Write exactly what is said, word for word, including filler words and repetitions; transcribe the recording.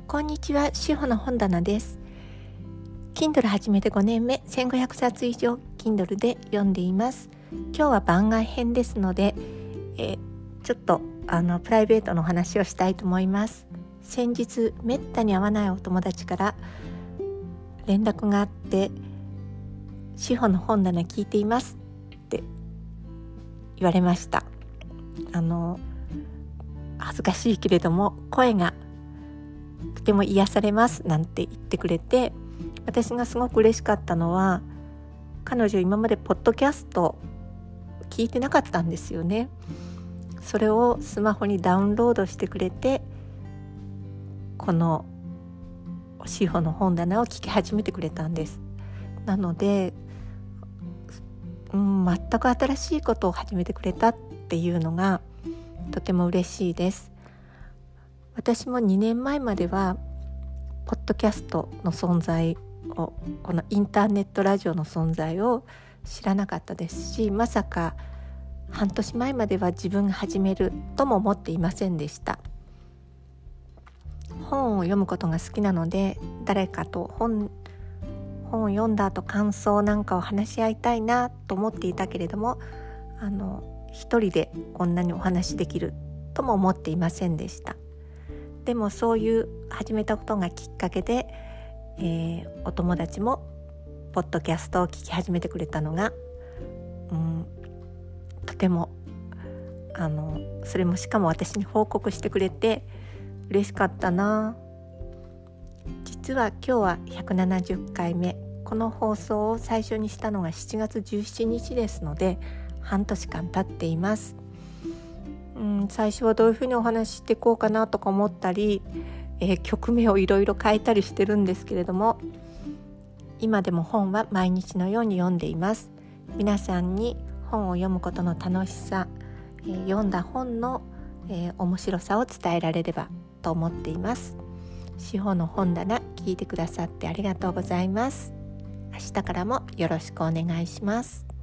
こんにちは、しほの本棚です。 Kindle 始めてごねんめ、せんごひゃくさつ以上 Kindle で読んでいます。今日は番外編ですので、えー、ちょっとあのプライベートの話をしたいと思います。先日めったに会わないお友達から連絡があって、しほの本棚聞いていますって言われました。あの恥ずかしいけれども声がとても癒されますなんて言ってくれて、私がすごく嬉しかったのは、彼女今までポッドキャスト聞いてなかったんですよね。それをスマホにダウンロードしてくれて、このしほの本棚を聞き始めてくれたんです。なので、うん、全く新しいことを始めてくれたっていうのがとても嬉しいです。私もにねんまえまではポッドキャストの存在を、このインターネットラジオの存在を知らなかったですし、まさか半年前までは自分が始めるとも思っていませんでした。本を読むことが好きなので、誰かと本本を読んだ後感想なんかを話し合いたいなと思っていたけれども、あの一人でこんなにお話できるとも思っていませんでした。でもそういう始めたことがきっかけで、えー、お友達もポッドキャストを聞き始めてくれたのが、うん、とてもあのそれもしかも私に報告してくれて嬉しかったな。実は今日はひゃくななじゅっかいめ、この放送を最初にしたのがしちがつじゅうしちにちですので、半年間経っています。うん、最初はどういうふうにお話ししていこうかなとか思ったり、えー、曲名をいろいろ変えたりしてるんですけれども、今でも本は毎日のように読んでいます。皆さんに本を読むことの楽しさ、えー、読んだ本の、えー、面白さを伝えられればと思っています。しほの本棚聞いてくださってありがとうございます。明日からもよろしくお願いします。